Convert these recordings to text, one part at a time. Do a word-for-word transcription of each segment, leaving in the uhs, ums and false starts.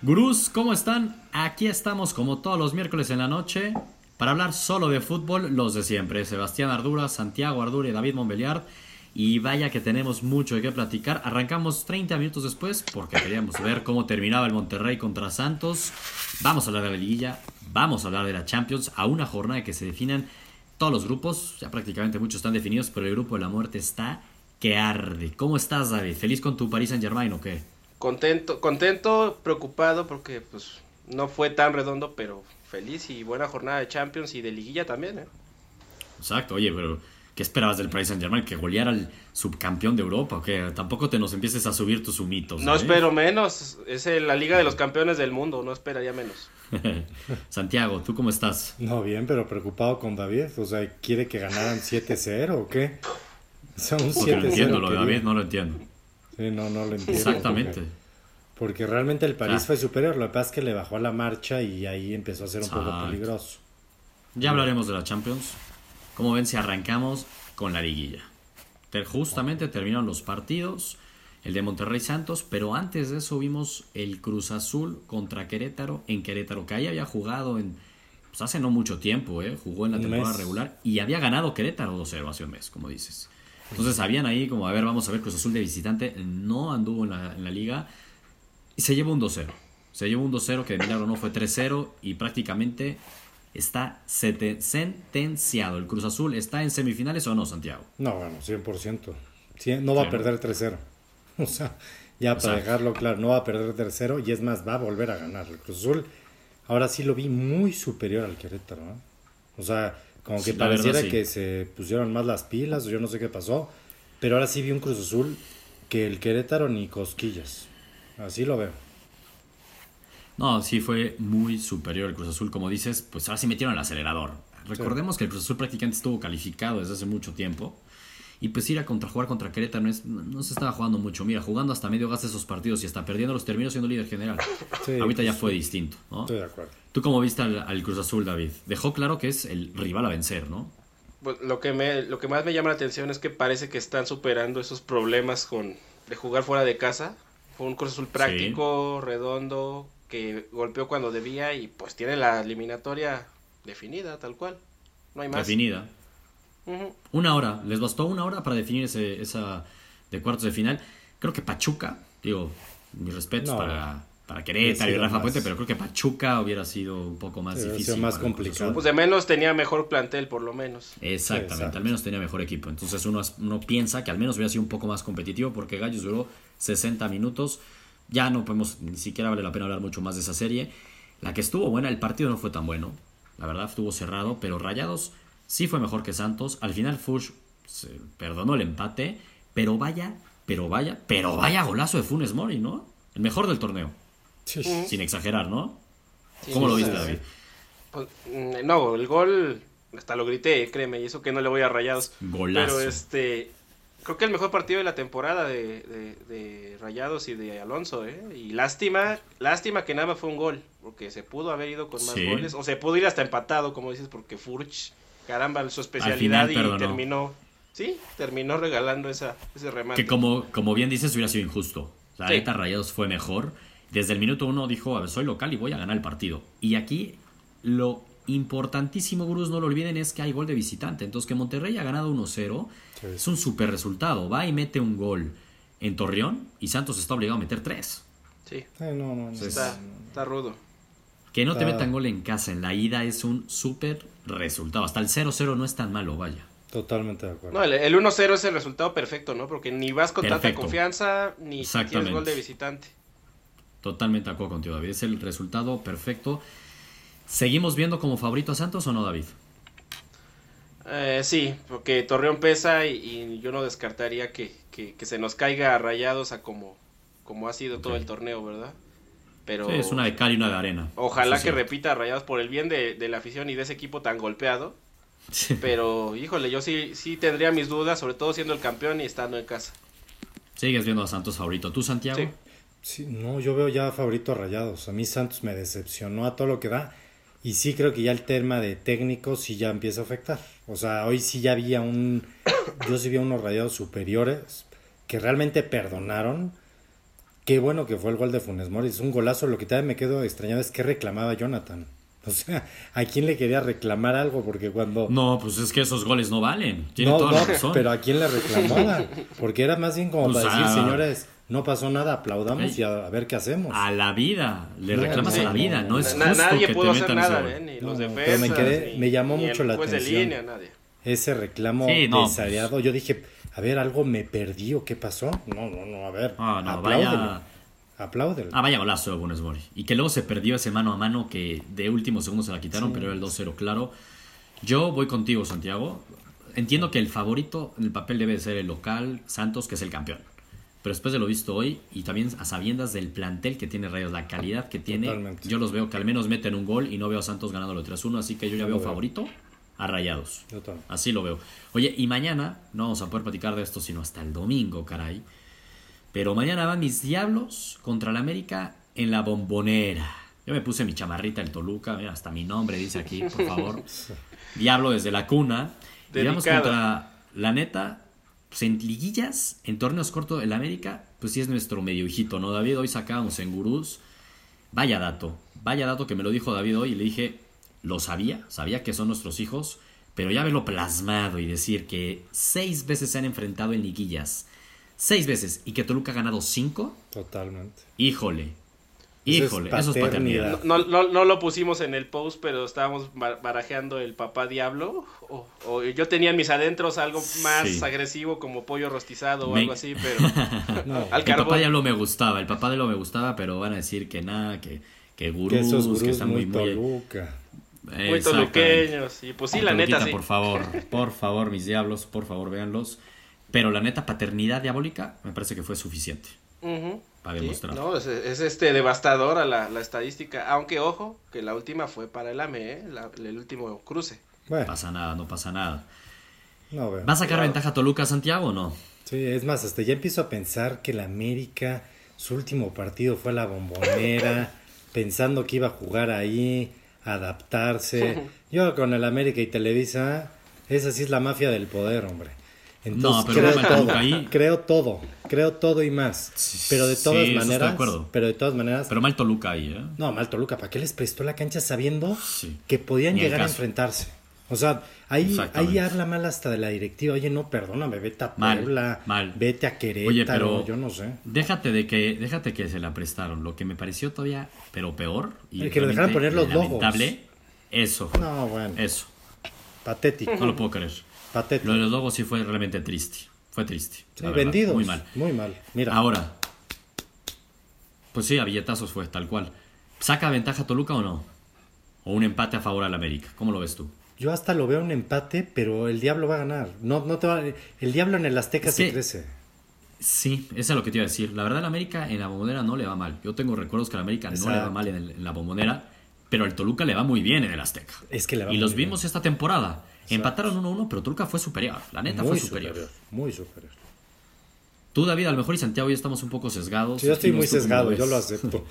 Gurús, ¿cómo están? Aquí estamos como todos los miércoles en la noche para hablar solo de fútbol, los de siempre. Sebastián Ardura, Santiago Ardura y David Montbeliard. Y vaya que tenemos mucho de qué platicar. Arrancamos treinta minutos después porque queríamos ver cómo terminaba el Monterrey contra Santos. Vamos a hablar de la liguilla, vamos a hablar de la Champions, a una jornada que se definan todos los grupos. Ya prácticamente muchos están definidos, pero el grupo de la muerte está que arde. ¿Cómo estás, David? ¿Feliz con tu Paris Saint-Germain o qué? Contento, contento, preocupado porque pues no fue tan redondo, pero feliz y buena jornada de Champions y de liguilla también, ¿eh? Exacto, oye, pero ¿qué esperabas del Paris Saint-Germain? ¿Que goleara al subcampeón de Europa o qué? Tampoco te nos empieces a subir tus humitos, No ¿eh? espero menos, es la Liga de los Campeones del Mundo, no esperaría menos. Santiago, ¿tú cómo estás? No, bien, pero preocupado con David. O sea, ¿quiere que ganaran siete cero o qué? O sea, un Porque siete cero. no entiendo, lo de quería. David no lo entiendo. Sí, no, no lo entiendo. Exactamente. Porque, porque realmente el París Ah. fue superior. Lo que pasa es que le bajó a la marcha y ahí empezó a ser un poco Exacto. peligroso. Ya hablaremos de la Champions. Como ven, si arrancamos con la liguilla. Ter- Justamente terminaron los partidos, el de Monterrey Santos, pero antes de eso vimos el Cruz Azul contra Querétaro en Querétaro, que ahí había jugado en pues hace no mucho tiempo, ¿eh? Jugó en la Un temporada mes. regular y había ganado Querétaro dos cero hace un mes, como dices. Entonces sabían ahí como, a ver, vamos a ver, Cruz Azul de visitante no anduvo en la, en la liga y se llevó un dos cero. Se llevó un dos cero que de milagro no fue tres cero y prácticamente está sete- sentenciado. ¿El Cruz Azul está en semifinales o no, Santiago? No, bueno, cien por ciento. Sí, no va Sí, a ¿no? perder tres cero. O sea, ya para Exacto. dejarlo claro, no va a perder tres cero y es más, va a volver a ganar. El Cruz Azul, ahora sí lo vi muy superior al Querétaro, ¿no? O sea, como que Sí, la verdad, pareciera sí. que se pusieron más las pilas o yo no sé qué pasó, pero ahora sí vi un Cruz Azul que el Querétaro ni cosquillas. Así lo veo. No, sí fue muy superior el Cruz Azul, como dices, pues ahora sí metieron el acelerador. Recordemos que el Cruz Azul prácticamente estuvo calificado desde hace mucho tiempo. Y pues ir a contra, jugar contra Querétaro no, es- no se estaba jugando mucho. Mira, jugando hasta medio gas esos partidos y hasta perdiendo los terminó siendo líder general. Sí, Ahorita ya pues, fue distinto, ¿no? Estoy de acuerdo. ¿Tú cómo viste al, al Cruz Azul, David? Dejó claro que es el rival a vencer, ¿no? Pues lo que me, lo que más me llama la atención es que parece que están superando esos problemas con de jugar fuera de casa. Fue un Cruz Azul práctico, redondo, que golpeó cuando debía y pues tiene la eliminatoria definida, tal cual. No hay más. Definida. Ujú. Una hora, les bastó una hora para definir ese, esa de cuartos de final. Creo que Pachuca, digo, mis respetos No. para, para Querétaro y sido Rafa más. Puente, pero creo que Pachuca hubiera sido un poco más Sí, hubiera difícil. sido más para el Cruz complicado. Azul. Pues de menos tenía mejor plantel, por lo menos. Exactamente, Exacto. al menos tenía mejor equipo. Entonces uno, uno piensa que al menos hubiera sido un poco más competitivo porque Gallos duró sesenta minutos. Ya no podemos, ni siquiera vale la pena hablar mucho más de esa serie. La que estuvo buena, el partido no fue tan bueno. La verdad estuvo cerrado, pero Rayados sí fue mejor que Santos. Al final Fuchs se perdonó el empate, pero vaya, pero vaya, pero vaya golazo de Funes Mori, ¿no? El mejor del torneo, Sí. sin exagerar, ¿no? Sí, ¿Cómo lo sí, viste, sí. David? Pues, mm, no, el gol, hasta lo grité, créeme, y eso que no le voy a Rayados. Golazo. Pero este, creo que el mejor partido de la temporada de, de, de Rayados y de Alonso, ¿eh? Y lástima, lástima que nada más fue un gol, porque se pudo haber ido con más Sí. goles, o se pudo ir hasta empatado, como dices, porque Furch, caramba, su especialidad final y perdonó. terminó, sí, terminó regalando esa, ese remate. Que como, como bien dices, hubiera sido injusto. La Sí. neta, Rayados fue mejor. Desde el minuto uno dijo, a ver, soy local y voy a ganar el partido. Y aquí lo importantísimo, Gurús, no lo olviden, es que hay gol de visitante. Entonces, que Monterrey ha ganado uno cero Sí. es un super resultado. Va y mete un gol en Torreón y Santos está obligado a meter tres. Sí, Sí, no, no, no. está, está rudo. Que no te Ah. metan gol en casa en la ida es un súper resultado. Hasta el cero cero no es tan malo, vaya. Totalmente de acuerdo. No, el, el uno cero es el resultado perfecto, ¿no? Porque ni vas con tanta Perfecto. confianza, ni tienes Exactamente. gol de visitante. Totalmente de acuerdo contigo, David. Es el resultado perfecto. ¿Seguimos viendo como favorito a Santos o no, David? Eh, sí, porque Torreón pesa y, y yo no descartaría que, que, que se nos caiga a Rayados a como, como ha sido todo Ok. el torneo, ¿verdad? Pero Sí, es una de cal y una de arena. ojalá Eso que sí. repita a Rayados por el bien de, de la afición y de ese equipo tan golpeado. Sí. Pero, híjole, yo sí, sí tendría mis dudas, sobre todo siendo el campeón y estando en casa. Sigues viendo a Santos favorito. ¿Tú, Santiago? Sí. Sí, no, yo veo ya favorito a Rayados. A mí Santos me decepcionó a todo lo que da. Y sí creo que ya el tema de técnicos sí ya empieza a afectar. O sea, hoy sí ya había un... Yo sí vi a unos Rayados superiores que realmente perdonaron. Qué bueno que fue el gol de Funes Mori. Es un golazo. Lo que también me quedo extrañado es que reclamaba Jonathan. O sea, ¿a quién le quería reclamar algo? Porque cuando... No, pues es que esos goles no valen. Tiene no, toda no, la razón. pero ¿a quién le reclamaba? Porque era más bien como Pues para decir, a- señores, no pasó nada, aplaudamos Ay. y a, a ver qué hacemos. A la vida. Le No, reclamas sí, a la vida. no, No, no. es Na- justo nadie que pudo te hacer metan nada, ese ¿eh? gol. Ni No, los pero defensas. me quedé- ni- me llamó ni mucho el la juez de atención. línea, nadie. Ese reclamo Sí, no, desareado. Yo dije, a ver, ¿algo me perdí o qué pasó? No, no, no, a ver. Ah, no, apláudelo. vaya... Apláudelo. Ah, vaya golazo de Funes Mori. Y que luego se perdió ese mano a mano que de último segundo se la quitaron, Sí. pero era el dos cero claro. Yo voy contigo, Santiago. Entiendo que el favorito en el papel debe de ser el local, Santos, que es el campeón. Pero después de lo visto hoy, y también a sabiendas del plantel que tiene Rayados, la calidad que tiene, Totalmente. yo los veo que al menos meten un gol y no veo a Santos ganándolo tres uno, así que yo ya No veo lo veo. favorito a Rayados. Yo también. Así lo veo. Oye, y mañana, no vamos a poder platicar de esto sino hasta el domingo, caray. Pero mañana van mis Diablos contra el América en la Bombonera. Yo me puse mi chamarrita del Toluca, mira, hasta mi nombre dice aquí, por favor. Diablo desde la cuna. Y vamos Dedicado. contra, la neta, pues en liguillas, en torneos cortos, el América, pues sí es nuestro medio hijito, ¿no, David? Hoy sacábamos en Gurús. Vaya dato, vaya dato que me lo dijo David hoy y le dije, lo sabía, sabía que son nuestros hijos, pero ya verlo plasmado y decir que seis veces se han enfrentado en liguillas, seis veces, y que Toluca ha ganado cinco, Totalmente. híjole, Eso es híjole, eso es paternidad. paternidad. No, no, no lo pusimos en el post, pero estábamos ba- barajeando el papá diablo. O, o yo tenía en mis adentros algo más Sí. agresivo como pollo rostizado o Me- algo así, pero No, al El carbón. papá Diablo me gustaba, el papá Diablo me gustaba, pero van a decir que nada, que, que que gurús, esos que, gurús están muy muy, muy... Toluca. Muy Exactamente. toluqueños. Y pues sí, la Toluquita, neta sí. por favor, por favor, mis diablos, por favor, véanlos. Pero la neta, paternidad diabólica, me parece que fue suficiente Ujú. para Sí, demostrar. no, es, es, este devastadora la, la estadística. Aunque ojo, que la última fue para el A M E, ¿eh? La- el último cruce. No Bueno, pasa nada, no pasa nada. no veo. ¿Va a sacar Claro. ventaja Toluca, Santiago, o no? Sí, es más, hasta ya empiezo a pensar que la América, su último partido fue a la Bombonera, pensando que iba a jugar ahí, adaptarse. Yo con el América y Televisa, esa sí es la mafia del poder, hombre. Entonces, No, pero creo no me todo, Toluca ahí. creo todo, creo todo y más. Sí, Pero de sí, todas eso estoy de maneras, acuerdo. pero de todas maneras, Pero mal Toluca ahí, ¿eh? no, mal Toluca, ¿para qué les prestó la cancha sabiendo Sí. que podían Ni el llegar a caso. enfrentarse? O sea, ahí, Exactamente. ahí habla mal hasta de la directiva. Oye, no, perdóname, vete a Mal, Puebla, mal. vete a Querétaro, Oye, pero yo no sé. Déjate de que, déjate que se la prestaron. Lo que me pareció todavía, pero peor. Y El que le dejaran realmente poner los logos. lamentable, eso fue. No, bueno, Eso. patético, No lo puedo creer. patético. Lo de los logos sí fue realmente triste. Fue triste. Sí, la verdad, vendidos, Muy mal. muy mal. Mira, Ahora. Pues sí, a billetazos fue tal cual. ¿Saca ventaja Toluca o no? ¿O un empate a favor al América? ¿Cómo lo ves tú? yo hasta lo veo un empate, pero el Diablo va a ganar. No, no te va, el Diablo en el Azteca Es se que- crece. Sí, eso es lo que te iba a decir. La verdad, el América en la Bombonera no le va mal. Yo tengo recuerdos que al América no le va Exacto. mal en, el- en la Bombonera, pero al Toluca le va muy bien en el Azteca. Es que le va Y muy los bien. vimos esta temporada. Exacto. Empataron uno uno, pero Toluca fue superior. La neta Muy fue superior. superior, muy superior. Tú, David, a lo mejor y Santiago ya estamos un poco sesgados. Sí, yo estoy Dinos muy tú cómo sesgado, ves. yo lo acepto.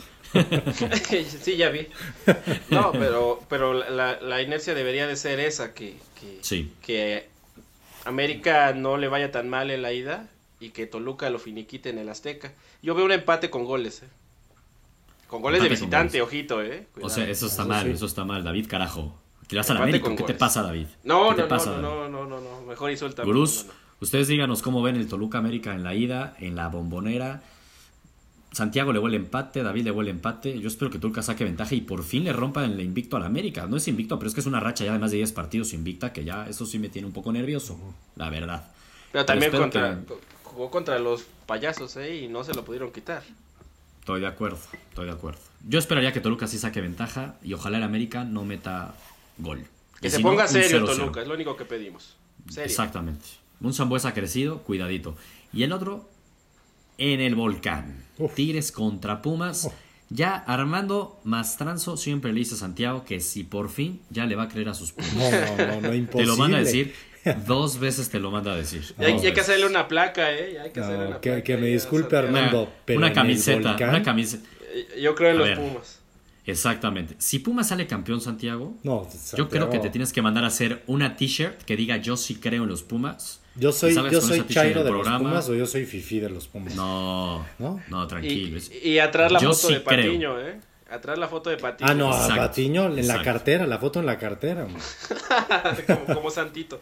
Sí, ya vi. No, pero, pero la, la inercia debería de ser esa, que, que, Sí. que América no le vaya tan mal en la ida y que Toluca lo finiquite en el Azteca. Yo veo un empate con goles, ¿eh? Con goles Empate de con visitante, goles. ojito, ¿eh? O Cuidado. sea, eso está Eso mal, sí. eso está mal, David, carajo. ¿Qué le vas a la Empate América? con ¿Qué te goles. pasa, David? No, ¿Qué te no, pasa, no, David? no, no, no, no, mejor insulta. Gurús, No, no, no. ustedes díganos cómo ven el Toluca América en la ida, en la Bombonera. Santiago le huele empate, David le huele empate. Yo espero que Toluca saque ventaja y por fin le rompa el invicto a la América. No es invicto, pero es que es una racha ya de más de diez partidos invicta, que ya eso sí me tiene un poco nervioso, la verdad. Pero también espero contra, que- jugó contra los payasos, ¿eh? Y no se lo pudieron quitar. Estoy de acuerdo, estoy de acuerdo. Yo esperaría que Toluca sí saque ventaja y ojalá el América no meta gol. Que Y se si no, ponga un serio cero cero. Toluca, es lo único que pedimos. Serio. Exactamente. Un Sambuesa crecido, cuidadito. Y el otro, en el volcán. Uf. Tigres contra Pumas. Uf. Ya Armando Mastranzo siempre le dice a Santiago que si por fin ya le va a creer a sus Pumas. No, no, no, no, imposible. Te lo manda a decir. Dos veces te lo manda a decir. Y hay, Dos y hay que veces. hacerle una placa, ¿eh? Y hay que hacerle No, una que, placa que me ahí a disculpe Santiago. Armando, Una, pero una en el camiseta, volcán- una camiseta. Yo creo en A los ver. Pumas. Exactamente. Si Pumas sale campeón, Santiago, No, yo Santiago, creo que te tienes que mandar a hacer una t-shirt que diga yo sí creo en los Pumas. Yo soy, salgas yo con soy esa picha en chairo el de programa. los Pumas o yo soy fifí de los Pumas. No, ¿No? no, tranquilo. Y, y atrás la Yo foto sí de creo. Patiño, ¿eh? Atrás la foto de Patiño. Ah, no, a Exacto, Patiño en exacto. la cartera, la foto en la cartera. hombre. como, como Santito.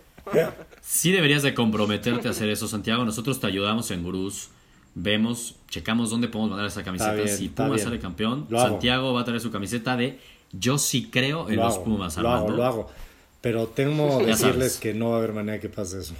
Sí deberías de comprometerte a hacer eso, Santiago. Nosotros te ayudamos en Gurús. Vemos, checamos dónde podemos mandar esa camiseta. Está bien, si está Pumas bien. sale campeón, Lo hago. Santiago va a traer su camiseta de Yo sí creo en Lo los hago, Pumas, lo hago, Armando. lo hago. Pero temo Ya decirles sabes. que no va a haber manera que pase eso.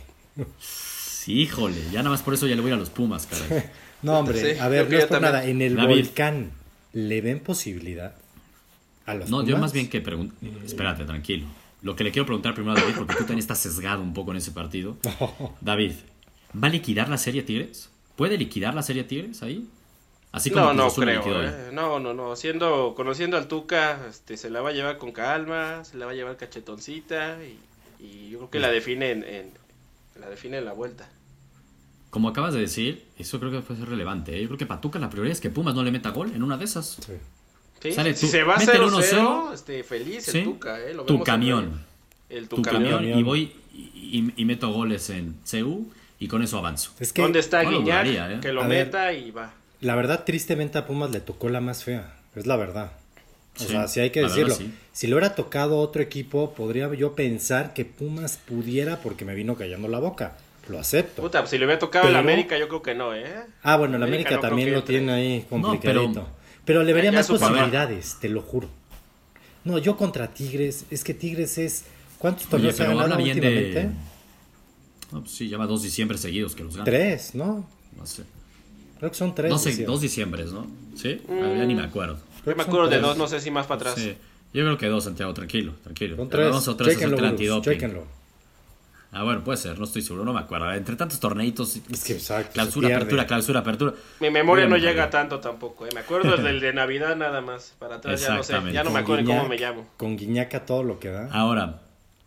Sí, híjole, ya nada más por eso ya le voy a ir a los Pumas, caray. No, hombre, Sí, a ver, creo que no es yo por también. nada. En el David. volcán, ¿le ven posibilidad a los No, Pumas? yo más bien que pregunto. Espérate, tranquilo. Lo que le quiero preguntar primero a David, porque tú también estás sesgado un poco en ese partido. David, ¿va a liquidar la serie Tigres? ¿Puede liquidar la serie Tigres ahí? Así como No, Cruz no Azul la creo. liquidó hoy. ¿eh? No, no, no. Siendo, conociendo al Tuca, este, se la va a llevar con calma, se la va a llevar cachetoncita y, y yo creo que la define en, en- la define en la vuelta. Como acabas de decir, eso creo que puede ser relevante. ¿eh? Yo creo que Patuca la prioridad es que Pumas no le meta gol en una de esas. Sí. ¿Sí? Sale Si tú- se va métele cero uno cero, cero. este, feliz ¿Sí? el Tuca, ¿eh? Lo Tu vemos en camión. el, el Tu Tuca camión, camión. y voy y, y- y meto goles en C U y con eso avanzo. Es que, ¿Dónde está no lo Guiñac? dudaría, ¿eh? Que lo A ver. meta y va. la verdad, tristemente a Pumas le tocó la más fea. Es la verdad. O Sí, sea, si hay que la verdad, decirlo. sí. Si le hubiera tocado otro equipo, podría yo pensar que Pumas pudiera, porque me vino callando la boca. Lo acepto. Puta, pues si le hubiera tocado el Pero- América, yo creo que no, ¿eh? Ah, bueno, el América América no creo también que lo entre. tiene ahí complicadito. pero- pero, le vería Ya más su papá. posibilidades, te lo juro. No, yo contra Tigres, es que Tigres es... ¿Cuántos Oye, torneos ha pero ganado habla bien últimamente? de... No, pues sí, lleva dos diciembre seguidos que los gana. Tres, ¿no? No sé. Creo que son tres. No sé, decía. dos diciembres, ¿no? ¿Sí? Ah, ya ni me acuerdo. Creo Yo me que son acuerdo de tres. dos, no sé si más para atrás. Sí. Yo creo que dos, Santiago, tranquilo, tranquilo. Son tres. Vamos otra vez a Chéquenlo, hacerte el Bruce, antidoping. chéquenlo. Ah, bueno, puede ser, no estoy seguro, no me acuerdo. Entre tantos torneitos, Es que, exacto, clausura, se pierde. apertura, clausura, apertura. Mi memoria no Bueno, llega Javier. tanto tampoco, ¿eh? Me acuerdo del de Navidad nada más. Para atrás ya no sé, Exactamente. ya no me Con acuerdo ni cómo Guiñac- me llamo. Con Guiñaca todo lo que da. Ahora,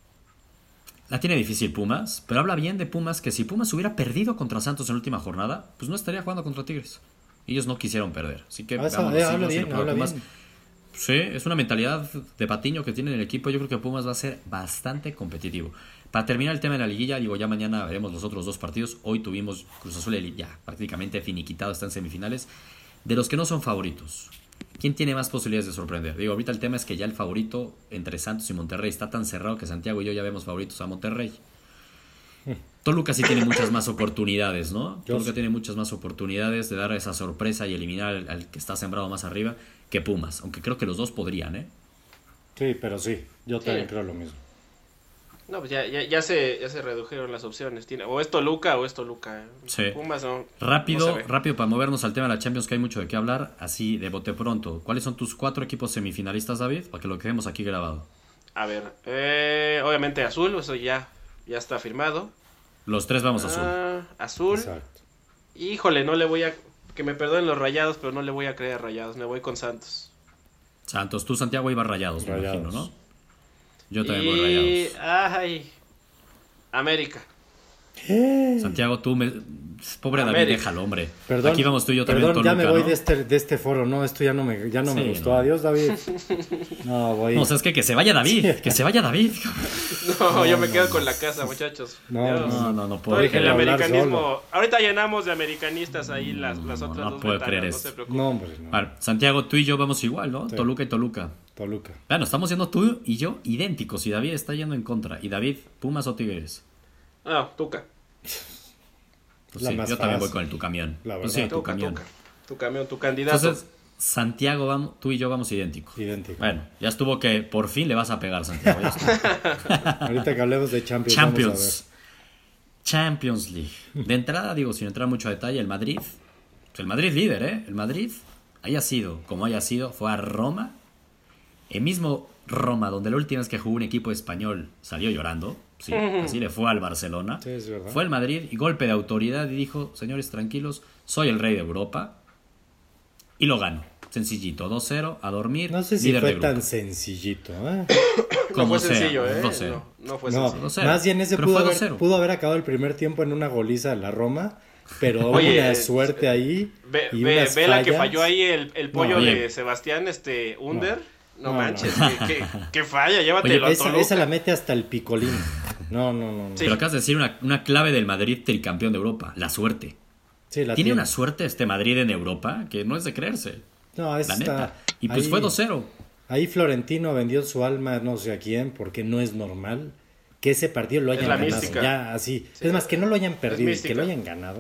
la tiene difícil Pumas, pero habla bien de Pumas que si Pumas hubiera perdido contra Santos en la última jornada, pues no estaría jugando contra Tigres. Ellos no quisieron perder. Así que Ah, eso, vámonos, eh, sí, habla no se bien, le puede habla Pumas. bien. Sí, es una mentalidad de Patiño que tiene en el equipo. Yo creo que Pumas va a ser bastante competitivo. Para terminar el tema de la liguilla, digo, ya mañana veremos los otros dos partidos. Hoy tuvimos Cruz Azul ya prácticamente finiquitado, está en semifinales. De los que no son favoritos, ¿quién tiene más posibilidades de sorprender? Digo, ahorita el tema es que ya el favorito entre Santos y Monterrey está tan cerrado que Santiago y yo ya vemos favoritos a Monterrey. Toluca sí tiene muchas más oportunidades, ¿no? Yo Toluca sí. tiene muchas más oportunidades de dar esa sorpresa y eliminar al, al que está sembrado más arriba que Pumas. Aunque creo que los dos podrían, ¿eh? Sí, pero sí, yo también Sí. creo lo mismo. No, pues ya, ya, ya, se, ya se redujeron las opciones. Tiene, o es Toluca o es Toluca. ¿eh? Sí. Pumas no. Rápido, no se ve. rápido para movernos al tema de la Champions, que hay mucho de qué hablar, así de bote pronto. ¿Cuáles son tus cuatro equipos semifinalistas, David? Para que lo quedemos aquí grabado. A ver, eh, obviamente azul, eso ya, ya está firmado. Los tres vamos azul. Ah, azul. Exacto. Híjole, no le voy a. Que me perdonen los rayados, pero no le voy a creer a rayados. Me voy con Santos. Santos, tú, Santiago, ibas rayados, me Rayados. imagino, ¿no? Yo también voy Y. rayados. Ay. América. Santiago, tú me... Pobre David, América. déjalo, hombre. Perdón, Aquí vamos tú y yo también, perdón, ya Toluca, me voy ¿no? de, este, de este foro. No, esto ya no me, ya no me Sí, gustó. no. Adiós, David. No, voy. No, o sea, es que que se vaya David, Sí. que se vaya David. No, yo me no, quedo no. con la casa, muchachos. No, Dios. No, no, no Todo puedo el, Déjenlo el creer. hablar americanismo. solo. Ahorita llenamos de americanistas ahí las, las No, otras no dos puedo ventanas, creer no eso. se preocupen. No, hombre, no. A ver, Santiago, tú y yo vamos igual, ¿no? Sí. Toluca y Toluca. Toluca. Bueno, estamos siendo tú y yo idénticos y David está yendo en contra. ¿Y David, Pumas o Tigres? No, Tuca. Pues La sí, más yo también voy fácil. con el tu camión. La Pues verdad. sí, tu Tuca, camión. Tuca. Tu camión, tu candidato. Entonces, Santiago, vamos, tú y yo vamos idénticos. Idéntico. Bueno, ya estuvo que por fin le vas a pegar, Santiago. ya estuvo. Ahorita que hablemos de Champions, vamos a Champions. Champions League. De entrada, digo, sin entrar mucho a detalle, el Madrid. El Madrid líder, ¿eh? El Madrid, haya sido como haya sido, fue a Roma. El mismo Roma, donde la última vez que jugó un equipo español salió llorando. Sí, así le fue al Barcelona. Sí, es verdad. Fue el Madrid y golpe de autoridad y dijo, señores, tranquilos, soy el rey de Europa. Y lo ganó. Sencillito, dos cero, a dormir. ver. No sé si líder fue de grupo. tan sencillito, ¿eh? no como fue sea, sencillo, ¿eh? dos cero. No, no fue No, sencillo. dos cero. más bien ese Pero pudo fue haber, dos cero. pudo haber acabado el primer tiempo en una goliza de la Roma, pero Oye, una eh, suerte ahí. Ve, y ve, unas ve la que fallas. falló ahí el, el pollo oye. de Sebastián este Under. No, No, manches, no. Que, que- que falla, Oye, llévatelo a Esa, Toluca. esa la mete hasta el picolín. No, no, no. no. Pero acabas de decir una, una clave del Madrid tricampeón de Europa, la suerte. Sí, la tiene, tiene una suerte este Madrid en Europa que no es de creerse. No, es la neta. Está... Y pues ahí, fue dos cero. Ahí Florentino vendió su alma no sé a quién, porque no es normal que ese partido lo hayan ganado. Mística. Ya así. Sí. Es más, que no lo hayan perdido y que lo hayan ganado,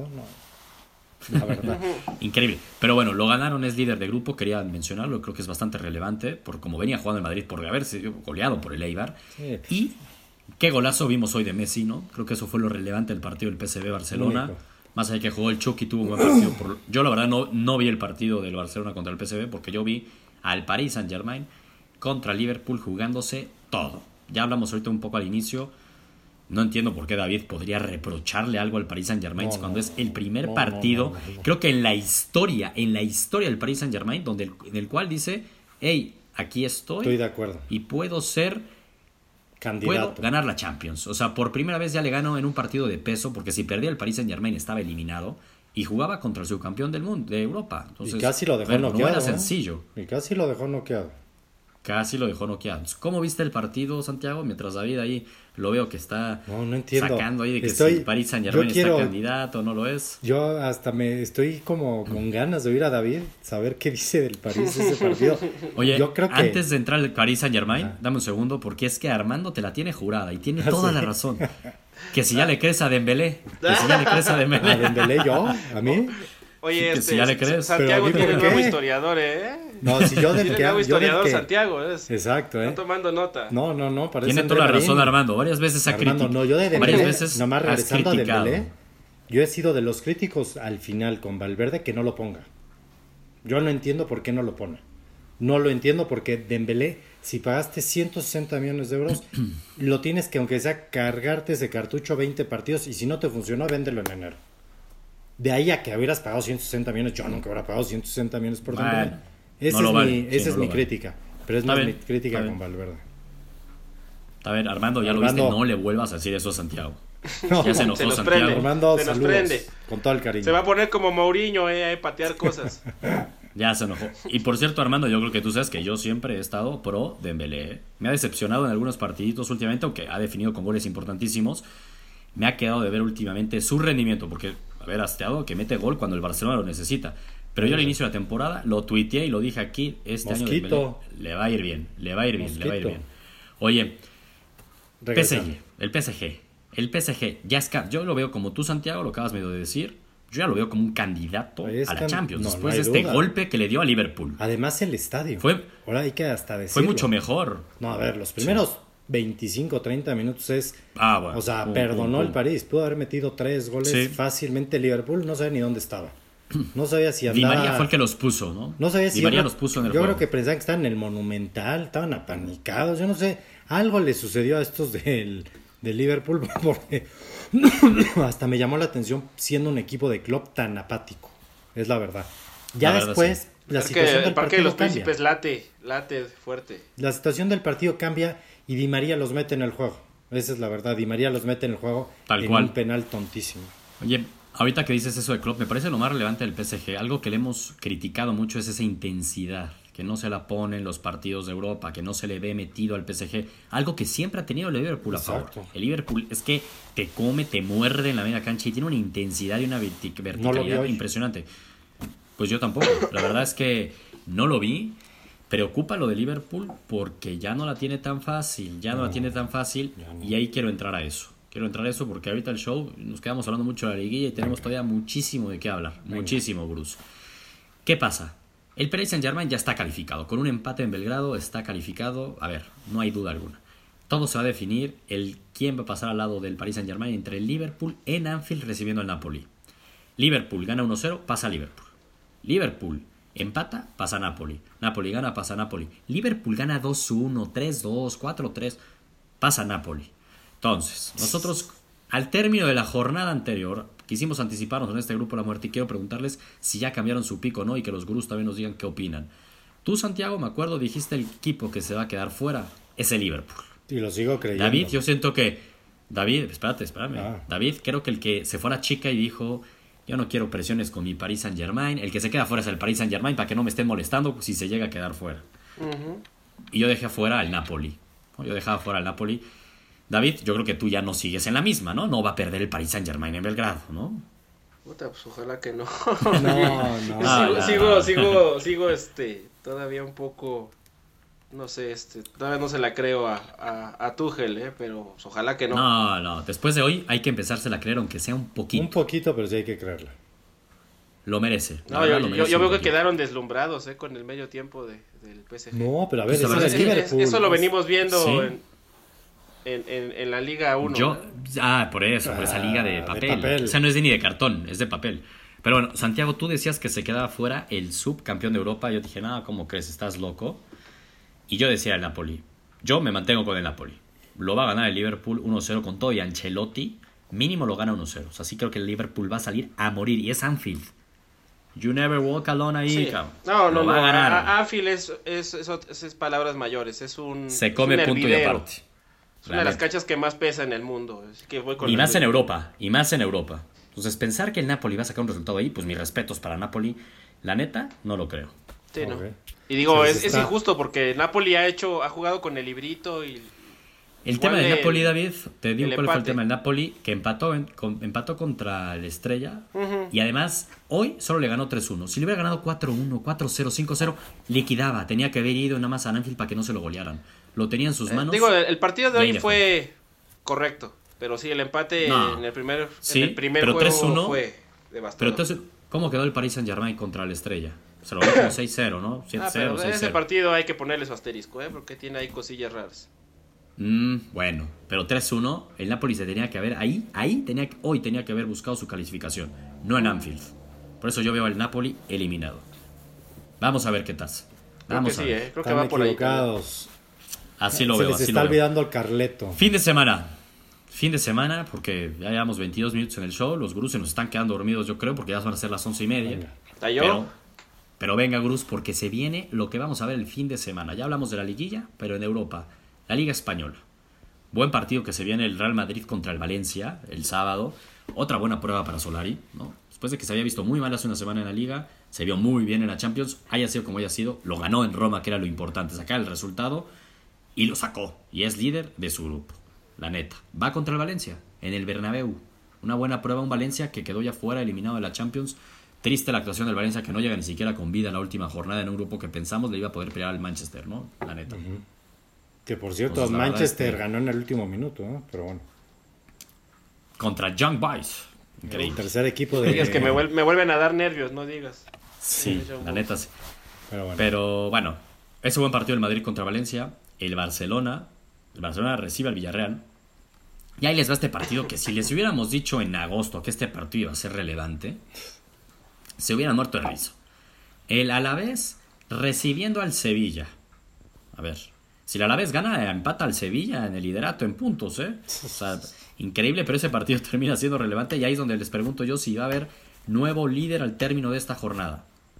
no. La verdad. Increíble. Pero bueno, lo ganaron, es líder de grupo, quería mencionarlo, creo que es bastante relevante, por como venía jugando el Madrid, por haberse goleado por el Eibar. Sí. Y qué golazo vimos hoy de Messi, ¿no? Creo que eso fue lo relevante del partido del P S V Barcelona. Único. Más allá que jugó el Chucky, tuvo un buen partido. Por... Yo la verdad no, no vi el partido del Barcelona contra el P S V porque yo vi al Paris Saint-Germain contra Liverpool jugándose todo. Ya hablamos ahorita un poco al inicio. No entiendo por qué David podría reprocharle algo al Paris Saint-Germain no, cuando no, es el primer no, partido, no, no, no, creo que en la historia, en la historia del Paris Saint-Germain, donde el, en el cual dice, hey, aquí estoy. Estoy de acuerdo. Y puedo ser... Candidato. Puedo ganar la Champions. O sea, por primera vez ya le gano en un partido de peso, porque si perdía el Paris Saint-Germain estaba eliminado y jugaba contra el subcampeón del mundo, de Europa. Entonces, y casi lo dejó bueno, noqueado. No era sencillo. ¿eh? Y casi lo dejó noqueado. Casi lo dejó noqueado. ¿Cómo viste el partido, Santiago? Mientras David ahí lo veo que está no, no entiendo. sacando ahí de que estoy, si Paris Saint-Germain quiero, está candidato o no lo es. Yo hasta me estoy como con ganas de oír a David, saber qué dice del París ese partido. Oye, yo creo que... antes de entrar al Paris Saint-Germain, ah. dame un segundo, porque es que Armando te la tiene jurada y tiene toda ¿sí? la razón. Que si ya le crees a Dembélé, que si ya le crees a Dembélé. ¿A Dembélé yo? ¿A mí? Oye, sí, este, si ya le crees. Santiago tiene un nuevo historiador, ¿eh? No, si yo del tiene que nuevo historiador que... Santiago, es. Exacto, ¿eh? Está tomando nota. No, no, no, parece tiene toda la razón Armando, varias veces ha criticado. No, yo de Dembélé, varias veces nomás regresando a Dembélé, yo he sido de los críticos al final con Valverde que no lo ponga. Yo no entiendo por qué no lo pone. No lo entiendo porque Dembélé, si pagaste ciento sesenta millones de euros, lo tienes que, aunque sea, cargarte ese cartucho veinte partidos y si no te funcionó, véndelo en enero. De ahí a que hubieras pagado ciento sesenta millones, yo nunca hubiera pagado ciento sesenta millones por bueno, Dembélé. Esa no es vale. mi, sí, esa no es mi vale. crítica. Pero es Está más bien, mi crítica está con bien. Valverde. A ver, Armando, ya Armando. lo viste, no le vuelvas a decir eso a Santiago. No, ya se enojó se nos Santiago. prende. Armando, Se nos saludos, prende. con todo el cariño. Se va a poner como Mourinho, eh, a patear cosas. Ya se enojó. Y por cierto, Armando, yo creo que tú sabes que yo siempre he estado pro Dembélé. ¿eh? Me ha decepcionado en algunos partiditos últimamente, aunque ha definido con goles importantísimos. Me ha quedado de ver últimamente su rendimiento, porque, a ver, hasteado que mete gol cuando el Barcelona lo necesita. Pero yo al inicio de la temporada lo tuiteé y lo dije aquí, este Mosquito. año Dembélé le va a ir bien, le va a ir bien, Mosquito. le va a ir bien. Oye, Regresando. P S G, el P S G, el P S G, ya es ca- yo lo veo como tú, Santiago, lo acabas medio de decir, yo ya lo veo como un candidato Es a la can- Champions, no, después no hay de este duda. golpe que le dio a Liverpool. Además el estadio. Fue, Ahora hay que hasta decirlo. fue mucho mejor. No, a ver, los primeros veinticinco, treinta minutos es... Ah, bueno. O sea, Pum, perdonó pum, el pum. París. Pudo haber metido tres goles Sí. fácilmente. Liverpool no sabía ni dónde estaba. No sabía si Di andaba... María fue el que los puso, ¿no? No sabía si... Di María iba- los puso en el Yo juego. creo que pensaban que estaban en el Monumental. Estaban apanicados. Yo no sé. Algo le sucedió a estos del, del Liverpool porque hasta me llamó la atención siendo un equipo de club tan apático. Es la verdad. Ya La verdad, después sí. la Es que situación el del Parque de partido los cambia. Príncipes late, late fuerte. La situación del partido cambia y Di María los mete en el juego. Esa es la verdad. Di María los mete en el juego Tal en cual. un penal tontísimo. Oye, ahorita que dices eso de Klopp, me parece lo más relevante del P S G. Algo que le hemos criticado mucho es esa intensidad, que no se la pone en los partidos de Europa, que no se le ve metido al P S G. Algo que siempre ha tenido el Liverpool a Exacto. favor. El Liverpool es que te come, te muerde en la media cancha y tiene una intensidad y una verti- No lo vi verticalidad hoy. impresionante. Pues yo tampoco. La verdad es que no lo vi. Preocupa lo de Liverpool porque ya no la tiene tan fácil, ya no, No, la tiene tan fácil ya no. y ahí quiero entrar a eso. Quiero entrar a eso porque ahorita el show nos quedamos hablando mucho de la liguilla y tenemos todavía muchísimo de qué hablar. Venga. Muchísimo, Bruce. ¿Qué pasa? El Paris Saint-Germain ya está calificado. Con un empate en Belgrado está calificado. A ver, no hay duda alguna. Todo se va a definir el quién va a pasar al lado del Paris Saint-Germain entre el Liverpool en Anfield recibiendo al Napoli. Liverpool gana uno cero, pasa a Liverpool. Liverpool empata, pasa a Napoli. Napoli gana, pasa a Napoli. Liverpool gana dos uno, tres dos, cuatro tres, pasa a Napoli. Entonces, nosotros al término de la jornada anterior quisimos anticiparnos en este grupo de la muerte y quiero preguntarles si ya cambiaron su pico o no y que los gurús también nos digan qué opinan. Tú, Santiago, me acuerdo, dijiste el equipo que se va a quedar fuera es el Liverpool. Y lo sigo creyendo. David, yo siento que... David, espérate, espérame. Ah. David, creo que el que se fuera chica y dijo... Yo no quiero presiones con mi Paris Saint-Germain. El que se queda fuera es el Paris Saint-Germain para que no me estén molestando si se llega a quedar fuera. Uh-huh. Y yo dejé afuera al Napoli. Yo dejaba fuera al Napoli. David, yo creo que tú ya no sigues en la misma, ¿no? No va a perder el Paris Saint-Germain en Belgrado, ¿no? Puta, pues ojalá que no. No, no. Ah, sigo, no. sigo, sigo, sigo, este, todavía un poco, no sé, este, todavía no se la creo a, a, a Tuchel, eh, pero pues, ojalá que no. No, no, después de hoy hay que empezársela a creer, aunque sea un poquito. Un poquito, pero sí hay que creerla. Lo merece. la No, verdad, yo, lo yo, merece yo un veo que poquito. quedaron deslumbrados, eh, con el medio tiempo de, del P S G. No, pero a ver, Pues, la ese verdad es es que Liverpool. Eso lo venimos viendo Sí. en, en, en, en la Liga uno. Yo, ¿no? ah, por eso, por esa liga de Ah, de papel. papel. O sea, no es de ni de cartón, es de papel. Pero bueno, Santiago, tú decías que se quedaba fuera el subcampeón de Europa. Yo dije, nada, ¿cómo crees? ¿Estás loco? Y yo decía el Napoli. Yo me mantengo con el Napoli. Lo va a ganar el Liverpool uno cero con todo y Ancelotti mínimo lo gana uno cero. O sea, sí creo que el Liverpool va a salir a morir. Y es Anfield. You never walk alone ahí, Sí. cabrón. No, no, Lo no. va a ganar. A- a- Anfield es, es, es, es- es palabras mayores. Es un. Se es come un punto y hervidero. aparte. Es una de las Realmente. canchas que más pesa en el mundo. Es que voy con Y el- más en Europa, y más en Europa. Entonces, pensar que el Napoli va a sacar un resultado ahí, pues mis respetos para Napoli. La neta, no lo creo. Sí, ¿no? Ok. Y digo, Se es, les es está- injusto porque Napoli ha hecho, ha jugado con el librito y El Igual tema del el- Napoli, David, te digo el cuál fue el empate. tema del Napoli, que empató, en- con- empató contra el Estrella. Ujú. Y además, hoy solo le ganó tres uno. Si le hubiera ganado cuatro uno, cuatro cero, cinco cero, liquidaba. Tenía que haber ido nada más a Anfield para que no se lo golearan. Lo tenía en sus Eh, manos. digo, el, el partido de y ahí hoy dejó. fue correcto, pero sí, el empate No. en el primer, Sí, en el primer pero juego tres uno, fue Pero devastador. entonces, ¿cómo quedó el Paris Saint-Germain contra el Estrella? Se lo ganó como seis cero, ¿no? siete Ah, cero, pero en seis ese cero. partido hay que ponerle su asterisco, ¿eh? Porque tiene ahí cosillas raras. Mm, bueno, pero tres uno, el Napoli se tenía que haber, ahí, ahí tenía que- hoy tenía que haber buscado su calificación, no en Anfield. Por eso yo veo al Napoli eliminado. Vamos a ver qué tal. Creo Vamos que a sí, ver. ¿eh? Creo que Están va por ahí. equivocados. Así lo Se veo, les así está lo veo. olvidando el Carleto. Fin de semana. Fin de semana, porque ya llevamos veintidós minutos en el show. Los gurús se nos están quedando dormidos, yo creo, porque ya van a ser las once y media. Venga. ¿Está yo? Pero, pero venga, gurús, porque se viene lo que vamos a ver el fin de semana. Ya hablamos de la liguilla, pero en Europa, la Liga Española. Buen partido que se viene el Real Madrid contra el Valencia el sábado. Otra buena prueba para Solari, ¿no? Después de que se había visto muy mal hace una semana en la Liga, se vio muy bien en la Champions, haya sido como haya sido, lo ganó en Roma, que era lo importante, sacar el resultado, y lo sacó. Y es líder de su grupo, la neta. Va contra el Valencia, en el Bernabéu. Una buena prueba, un Valencia que quedó ya fuera, eliminado de la Champions. Triste la actuación del Valencia, que no llega ni siquiera con vida en la última jornada en un grupo que pensamos le iba a poder pelear al Manchester, ¿no? La neta. Que por cierto, Pues, la verdad Manchester es que- ganó en el último minuto, ¿no? Pero bueno. Contra Young Boys. El Increíble. tercer equipo No de. digas que me, vuel- me vuelven a dar nervios, no digas. Sí, Young la Boys. neta sí. Pero bueno. Pero bueno, ese buen partido del Madrid contra Valencia. El Barcelona. El Barcelona recibe al Villarreal. Y ahí les va este partido que si les hubiéramos dicho en agosto que este partido iba a ser relevante, se hubieran muerto de risa. El Alavés recibiendo al Sevilla. A ver, si el Alavés gana, empata al Sevilla en el liderato en puntos, ¿eh? O sea, increíble, pero ese partido termina siendo relevante y ahí es donde les pregunto yo si va a haber nuevo líder al término de esta jornada.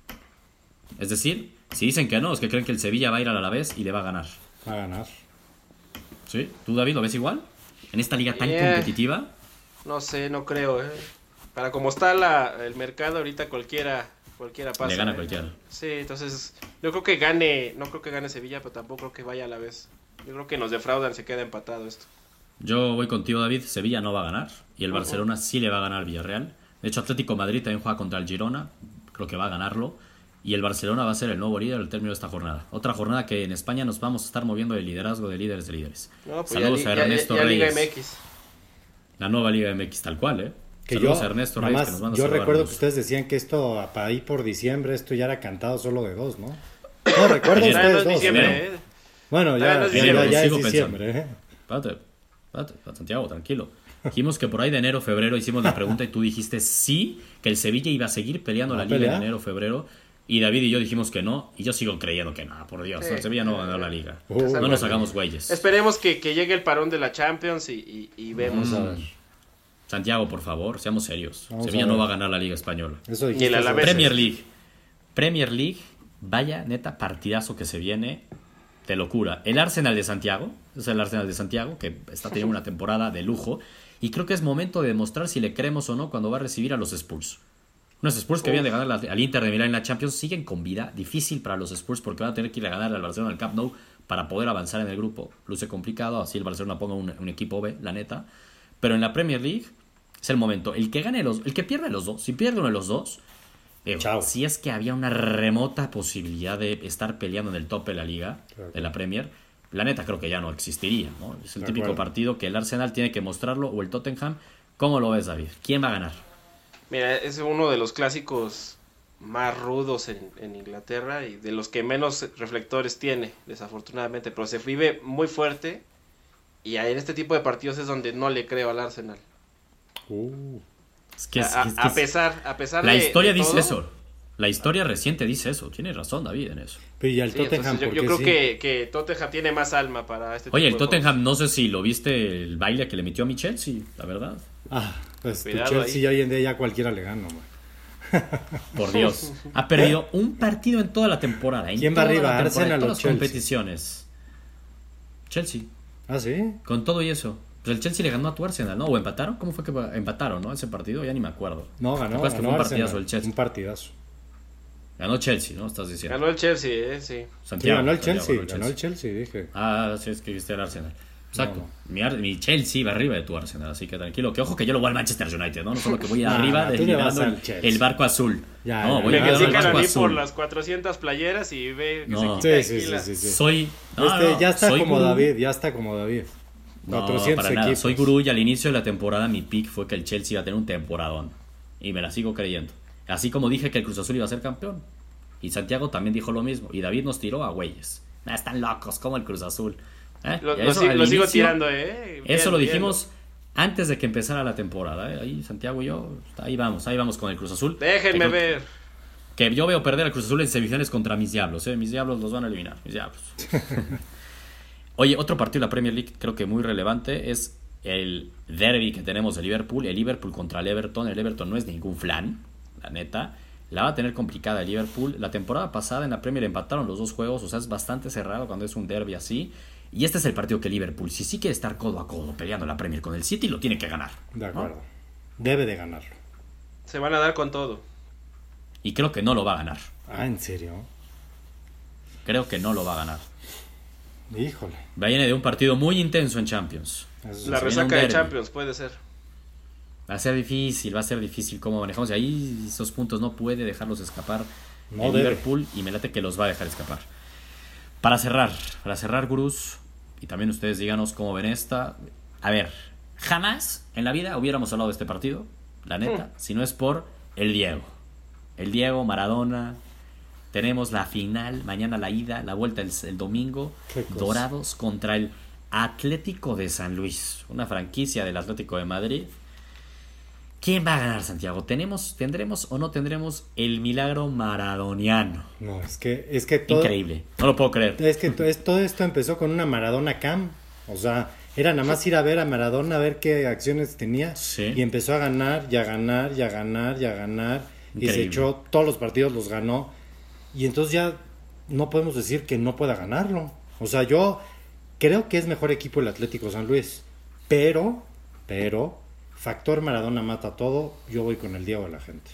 Es decir, si dicen que no, es que creen que el Sevilla va a ir al Alavés y le va a ganar. Va a ganar. ¿Sí? ¿Tú, David, lo ves igual? En esta liga tan Yeah. competitiva. No sé, no creo, ¿eh? Para como está la, el mercado ahorita cualquiera cualquiera pasa. Le gana ¿eh? cualquiera. Sí, entonces yo creo que gane, no creo que gane Sevilla, pero tampoco creo que vaya a la vez. Yo creo que nos defraudan, se queda empatado esto. Yo voy contigo, David. Sevilla no va a ganar. Y el Barcelona sí le va a ganar al Villarreal. De hecho, Atlético Madrid también juega contra el Girona. Creo que va a ganarlo. Y el Barcelona va a ser el nuevo líder al término de esta jornada. Otra jornada que en España nos vamos a estar moviendo de liderazgo de líderes de líderes. No, pues Saludos ya, a li- ya- Ernesto ya, ya Liga Reyes. M X. La nueva Liga M X, tal cual, ¿eh? Que Saludos yo, a Ernesto nada Reyes, más, que nos van a yo saludar, recuerdo amigos. que ustedes decían que esto, para ir por diciembre, esto ya era cantado solo de dos, ¿no? No, recuerdo Enero. Todavía no ustedes es dos. diciembre, enero. ¿eh? Bueno, Todavía ya, no es ya, diciembre, ya, ya es sigo diciembre, ¿eh? Espérate, espérate, espérate, Santiago, tranquilo. Dijimos que por ahí de enero, febrero hicimos la pregunta y tú dijiste sí, que el Sevilla iba a seguir peleando ¿Va la a liga pelear? en enero, febrero. Y David y yo dijimos que no, y yo sigo creyendo que no, por Dios, Sí. el Sevilla no va a ganar la liga. Uh, No nos hagamos güeyes. Esperemos que, que llegue el parón de la Champions y, y, y vemos. Vamos a ver. Santiago, por favor, seamos serios. Vamos Sevilla a no ver. va a ganar la liga española. Eso Y el dijiste, Alavés. Premier League. Premier League, vaya neta partidazo que se viene de locura. El Arsenal de Santiago, es el Arsenal de Santiago, que está teniendo una temporada de lujo. Y creo que es momento de demostrar si le creemos o no cuando va a recibir a los Spurs. Unos Spurs que Uf. vienen de ganar la- al Inter de Milán en la Champions siguen con vida. Difícil para los Spurs porque van a tener que ir a ganar al Barcelona al Camp Nou para poder avanzar en el grupo. Luce complicado, así el Barcelona ponga un, un equipo B, la neta. Pero en la Premier League es el momento. El que gane los, el que pierda los dos, si pierde uno de los dos, eh, si es que había una remota posibilidad de estar peleando en el tope de la liga, claro, de la Premier, la neta creo que ya no existiría, ¿no? Es el de típico acuerdo. Partido que el Arsenal tiene que mostrarlo, o el Tottenham. ¿Cómo lo ves, David? ¿Quién va a ganar? Mira, es uno de los clásicos más rudos en, en Inglaterra y de los que menos reflectores tiene, desafortunadamente, pero se vive muy fuerte y en este tipo de partidos es donde no le creo al Arsenal. Uh. Es que, es, a, es que a pesar, a pesar la de, historia de dice todo, eso. La historia reciente dice eso. Tienes razón, David, en eso. Pero y al sí, Tottenham, yo, yo creo sí? que, que Tottenham tiene más alma para este tipo Oye, el de Tottenham, juegos. no sé si lo viste el baile que le metió a mi Chelsea, la verdad. Ah, pues tu Cuidado Chelsea ahí. hoy en día ya cualquiera le gana, man. Por Dios. Ha perdido un partido en toda la temporada. En ¿Quién va toda arriba, la temporada, Arsenal en o todas las Chelsea? competiciones. Chelsea. ¿Ah, sí? Con todo y eso. Pues el Chelsea le ganó a tu Arsenal, ¿no? ¿O empataron? ¿Cómo fue que empataron, no? Ese partido, ya ni me acuerdo. No, ganó, ¿Te acuerdas que ganó fue un Arsenal, partidazo el Chelsea? un partidazo. Ganó Chelsea, ¿no? Estás diciendo. Ganó el Chelsea, eh, sí. Santiago, sí, ganó el Santiago, Chelsea, ganó ganó el Chelsea, dije. Ah, sí, es que viste el Arsenal. Exacto. No. Mi, Ar- mi Chelsea va arriba de tu Arsenal, así que tranquilo. Que ojo que yo lo voy al Manchester United, ¿no? No solo que voy Ah, arriba tú de le vas liderando al el, Chelsea. el barco azul. Ya, no, ya, voy ya. Me a liderar el critican a barco mí azul. por las cuatrocientas playeras y ve que No. se quita Sí, sí, aquí sí, la- sí, sí. Soy. no, este, no, ya está soy como gurú. David, ya está como David. No, cuatrocientos para nada. equipos. Soy gurú y al inicio de la temporada mi pick fue que el Chelsea iba a tener un temporadón. Y me la sigo creyendo. Así como dije que el Cruz Azul iba a ser campeón. Y Santiago también dijo lo mismo. Y David nos tiró a güeyes. Nah, están locos como el Cruz Azul. ¿Eh? Lo, Y lo eso sigo, al lo sigo inicio, tirando, eh. Bien, Eso lo bien. dijimos antes de que empezara la temporada. ¿eh? Ahí Santiago y yo, ahí vamos, ahí vamos con el Cruz Azul. Déjenme que, ver. Que yo veo perder al Cruz Azul en semifinales contra mis diablos. ¿eh? Mis diablos los van a eliminar, mis diablos. Oye, otro partido de la Premier League creo que muy relevante es el derby que tenemos de Liverpool. El Liverpool contra el Everton. El Everton no es ningún flan, la neta. La va a tener complicada el Liverpool. La temporada pasada en la Premier empataron los dos juegos. O sea, es bastante cerrado cuando es un derby así. Y este es el partido que Liverpool, si sí quiere estar codo a codo peleando la Premier con el City, lo tiene que ganar. De ¿no? acuerdo. Debe de ganarlo. Se van a dar con todo. Y creo que no lo va a ganar. Ah, ¿en serio? Creo que no lo va a ganar. Híjole. Viene de un partido muy intenso en Champions. Eso La se viene un resaca de derbi. Champions puede ser. Va a ser difícil, va a ser difícil cómo manejamos. Y ahí esos puntos no puede dejarlos escapar No el debe. Liverpool y me late que los va a dejar escapar. Para cerrar, para cerrar, gurús, y también ustedes díganos cómo ven esta. A ver, jamás en la vida hubiéramos hablado de este partido, la neta, si no es por el Diego. El Diego, Maradona. Tenemos la final, mañana la ida, la vuelta el, el domingo. Qué cosa. Dorados contra el Atlético de San Luis, una franquicia del Atlético de Madrid. ¿Quién va a ganar, Santiago? ¿Tenemos, ¿Tendremos o no tendremos el milagro maradoniano? No, es que, es que todo. Increíble, no lo puedo creer. Es que to- es- todo esto empezó con una Maradona Cam. O sea, era nada más ir a ver a Maradona, a ver qué acciones tenía. Sí. Y empezó a ganar, y a ganar, y a ganar, y a ganar. Y se Increíble. echó todos los partidos, los ganó. Y entonces ya no podemos decir que no pueda ganarlo. O sea, yo creo que es mejor equipo el Atlético San Luis. Pero, pero, factor Maradona mata todo. Yo voy con el Diego de la gente.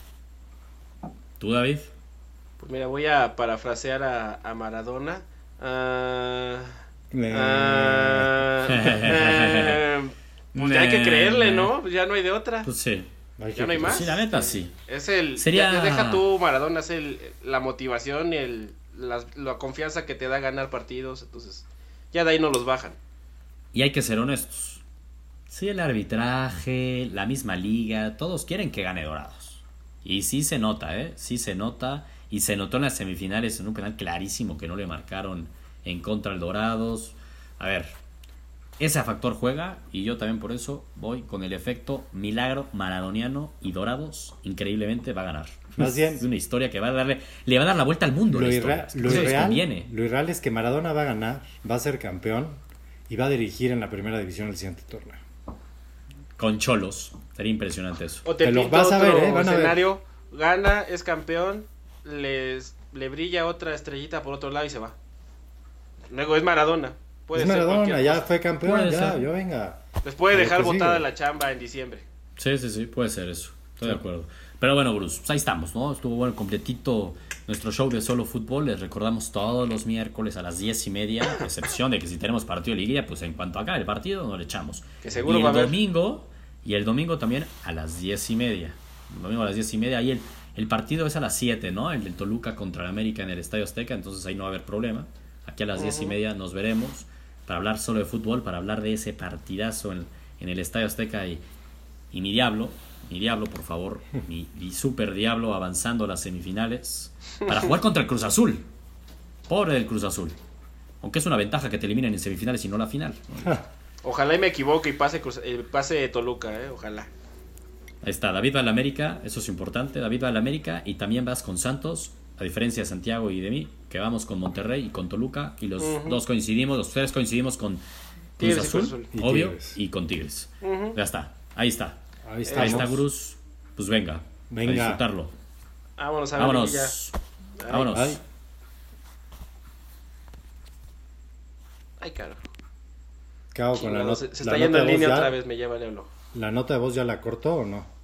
¿Tú, David? Pues mira, voy a parafrasear a, a Maradona. Ah, Eh, ah, eh, pues ya hay que creerle, ¿no? Pues ya no hay de otra. Pues sí. hay que- ya no hay más. Sí, la neta sí. Es el. Sería- ya- ya deja tú, Maradona, es el, la motivación y el, la, la confianza que te da ganar partidos. Entonces, ya de ahí no los bajan. Y hay que ser honestos. Sí, el arbitraje, la misma liga, todos quieren que gane Dorados. Y sí se nota, ¿eh? Sí se nota. Y se notó en las semifinales en un penal clarísimo que no le marcaron en contra al Dorados. A ver, ese factor juega y yo también por eso voy con el efecto milagro maradoniano y Dorados increíblemente va a ganar. Más bien- es una historia que va a darle, le va a dar la vuelta al mundo. Lo, la irra- historia. lo Eso les irreal, conviene. lo irreal es que Maradona va a ganar, va a ser campeón y va a dirigir en la primera división el siguiente torneo. Con Cholos, sería impresionante eso. O te, Te lo pinto vas a otro ver, ¿eh? Van a ver. escenario, gana, es campeón, les, le brilla otra estrellita por otro lado y se va. Luego es Maradona. Puede es ser Maradona, cualquier ya cosa. fue campeón, Puede ya, ser. yo venga. Les puede Lo dejar que sigue. botada la chamba en diciembre. Sí, sí, sí, puede ser eso. Estoy de acuerdo. Pero bueno, Bruce, pues ahí estamos, ¿no? Estuvo bueno, completito nuestro show de solo fútbol. Les recordamos todos los miércoles a las diez y media, a excepción de que si tenemos partido de liguilla, pues en cuanto acá el partido, no le echamos. Que seguro y va el a haber. domingo, y el domingo también a las diez y media. El domingo a las diez y media. Ahí el, el partido es a las siete, ¿no? El del Toluca contra el América en el Estadio Azteca, entonces ahí no va a haber problema. Aquí a las diez y media nos veremos para hablar solo de fútbol, para hablar de ese partidazo en, en el Estadio Azteca y, y mi diablo. Mi diablo, por favor, mi, mi super diablo avanzando a las semifinales para jugar contra el Cruz Azul. Pobre del Cruz Azul. Aunque es una ventaja que te eliminen en semifinales y no la final, ¿no? Ojalá y me equivoque y pase, eh, pase Toluca, eh, ojalá. Ahí está, David va al América, eso es importante. David va al América y también vas con Santos, a diferencia de Santiago y de mí, que vamos con Monterrey y con Toluca. Y los uh-huh. dos coincidimos, los tres coincidimos con Cruz Azul, Azul. Y obvio, Tigres. Y con Tigres. Uh-huh. Ya está, ahí está. Ahí, Ahí está, Bruce. Pues venga, venga. A disfrutarlo. Vámonos a Vámonos. Ya. Vámonos. Ay, Ay caro. Con la no- se, se la está yendo en línea ya, otra vez, me lleva el ¿La nota de voz ya la cortó o no?